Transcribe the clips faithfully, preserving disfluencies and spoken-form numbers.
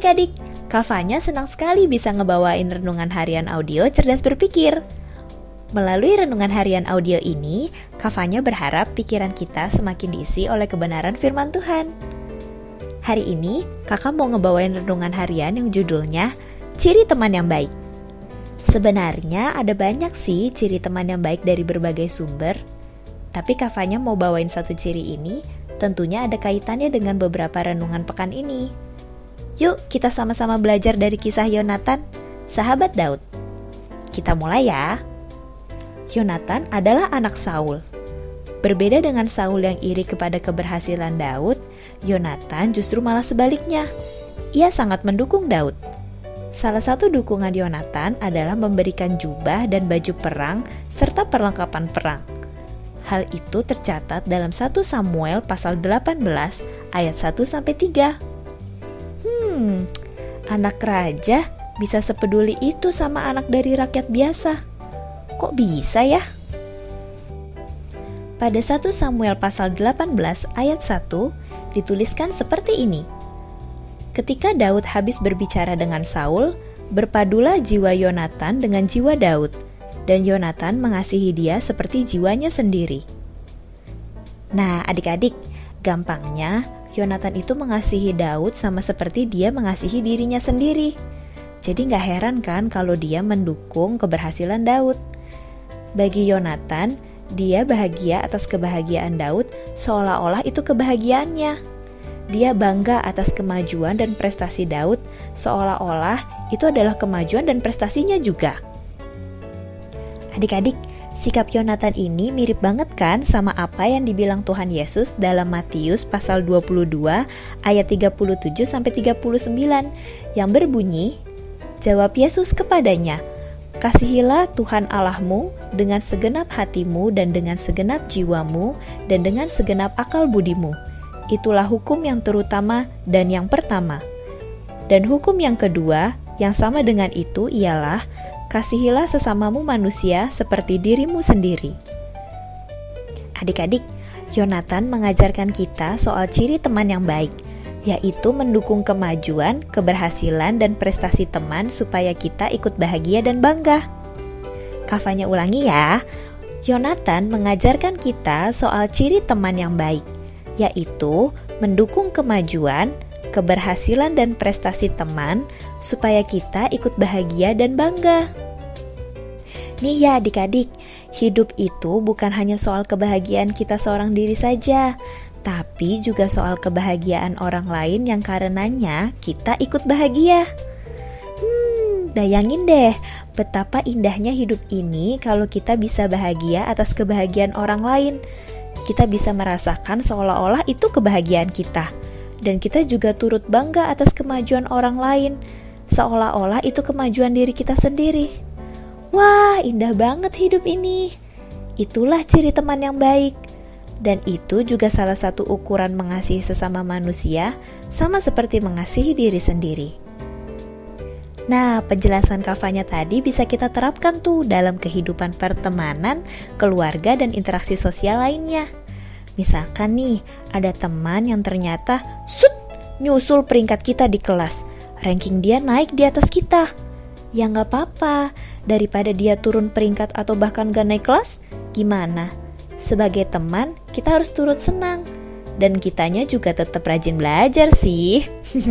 adik-adik, Kavanya senang sekali bisa ngebawain renungan harian audio cerdas berpikir. Melalui renungan harian audio ini, Kavanya berharap pikiran kita semakin diisi oleh kebenaran firman Tuhan. Hari ini, kakak mau ngebawain renungan harian yang judulnya Ciri Teman Yang Baik. Sebenarnya ada banyak sih ciri teman yang baik dari berbagai sumber, tapi Kavanya mau bawain satu ciri ini, tentunya ada kaitannya dengan beberapa renungan pekan ini. Yuk kita sama-sama belajar dari kisah Yonatan, sahabat Daud. Kita mulai ya. Yonatan adalah anak Saul. Berbeda dengan Saul yang iri kepada keberhasilan Daud, Yonatan justru malah sebaliknya. Ia sangat mendukung Daud. Salah satu dukungan Yonatan adalah memberikan jubah dan baju perang serta perlengkapan perang. Hal itu tercatat dalam satu Samuel pasal delapan belas ayat satu sampai tiga. Hmm, anak raja bisa sepeduli itu sama anak dari rakyat biasa. Kok bisa ya? Pada satu Samuel pasal delapan belas ayat satu dituliskan seperti ini. Ketika Daud habis berbicara dengan Saul, berpadulah jiwa Yonatan dengan jiwa Daud, dan Yonatan mengasihi dia seperti jiwanya sendiri. Nah, adik-adik, gampangnya Yonatan itu mengasihi Daud sama seperti dia mengasihi dirinya sendiri. Jadi gak heran kan kalau dia mendukung keberhasilan Daud. Bagi Yonatan, dia bahagia atas kebahagiaan Daud seolah-olah itu kebahagiaannya. Dia bangga atas kemajuan dan prestasi Daud seolah-olah itu adalah kemajuan dan prestasinya juga. Adik-adik, sikap Yonatan ini mirip banget kan sama apa yang dibilang Tuhan Yesus dalam Matius pasal dua puluh dua ayat tiga puluh tujuh sampai tiga puluh sembilan yang berbunyi, jawab Yesus kepadanya, kasihilah Tuhan Allahmu dengan segenap hatimu dan dengan segenap jiwamu dan dengan segenap akal budimu. Itulah hukum yang terutama dan yang pertama. Dan hukum yang kedua yang sama dengan itu ialah kasihilah sesamamu manusia seperti dirimu sendiri. Adik-adik, Yonatan mengajarkan kita soal ciri teman yang baik, yaitu mendukung kemajuan, keberhasilan, dan prestasi teman supaya kita ikut bahagia dan bangga. Kavanya ulangi ya. Yonatan mengajarkan kita soal ciri teman yang baik, yaitu mendukung kemajuan, keberhasilan, dan prestasi teman supaya kita ikut bahagia dan bangga. Nih ya adik-adik, hidup itu bukan hanya soal kebahagiaan kita seorang diri saja, tapi juga soal kebahagiaan orang lain yang karenanya kita ikut bahagia. Hmm, bayangin deh, betapa indahnya hidup ini kalau kita bisa bahagia atas kebahagiaan orang lain. Kita bisa merasakan seolah-olah itu kebahagiaan kita. Dan kita juga turut bangga atas kemajuan orang lain, seolah-olah itu kemajuan diri kita sendiri. Wah, indah banget hidup ini. Itulah ciri teman yang baik. Dan itu juga salah satu ukuran mengasihi sesama manusia, sama seperti mengasihi diri sendiri. Nah, penjelasan Kavanya tadi bisa kita terapkan tuh dalam kehidupan pertemanan, keluarga, dan interaksi sosial lainnya. Misalkan nih, ada teman yang ternyata sut, nyusul peringkat kita di kelas. Ranking dia naik di atas kita. Ya gak apa-apa, daripada dia turun peringkat atau bahkan gak naik kelas, gimana? Sebagai teman, kita harus turut senang. Dan kitanya juga tetap rajin belajar sih.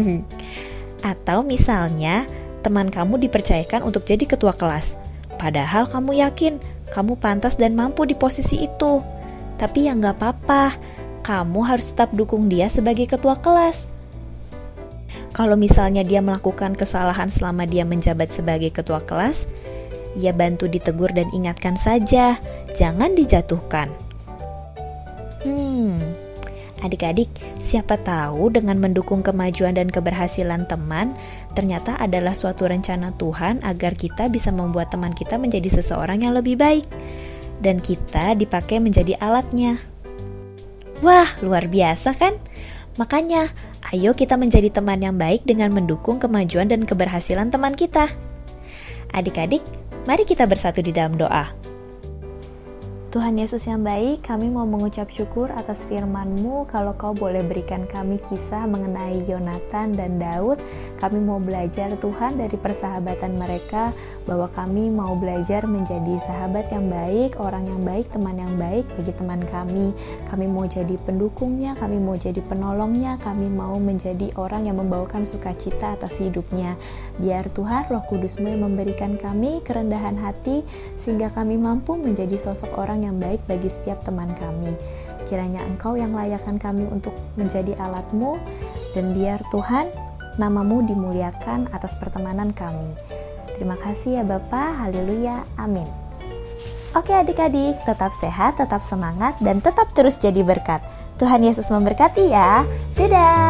Atau misalnya, teman kamu dipercayakan untuk jadi ketua kelas. Padahal kamu yakin, kamu pantas dan mampu di posisi itu. Tapi ya gak apa-apa, kamu harus tetap dukung dia sebagai ketua kelas. Kalau misalnya dia melakukan kesalahan selama dia menjabat sebagai ketua kelas, ya bantu ditegur dan ingatkan saja, jangan dijatuhkan. Hmm, adik-adik, siapa tahu dengan mendukung kemajuan dan keberhasilan teman, ternyata adalah suatu rencana Tuhan agar kita bisa membuat teman kita menjadi seseorang yang lebih baik. Dan kita dipakai menjadi alatnya. Wah, luar biasa kan? Makanya, ayo kita menjadi teman yang baik dengan mendukung kemajuan dan keberhasilan teman kita. Adik-adik, mari kita bersatu di dalam doa. Tuhan Yesus yang baik, kami mau mengucap syukur atas firman-Mu kalau Kau boleh berikan kami kisah mengenai Yonatan dan Daud, Kami mau belajar Tuhan dari persahabatan mereka, bahwa kami mau belajar menjadi sahabat yang baik, orang yang baik, teman yang baik bagi teman kami. Kami mau jadi pendukungnya, kami mau jadi penolongnya, kami mau menjadi orang yang membawakan sukacita atas hidupnya. Biar Tuhan Roh Kudus-Mu yang memberikan kami kerendahan hati, sehingga kami mampu menjadi sosok orang yang baik bagi setiap teman kami. Kiranya Engkau yang layakkan kami untuk menjadi alat-Mu, dan biar Tuhan, nama-Mu dimuliakan atas pertemanan kami. Terima kasih ya Bapa, haleluya, amin. Oke adik-adik, tetap sehat, tetap semangat, dan tetap terus jadi berkat. Tuhan Yesus memberkati ya, dadah!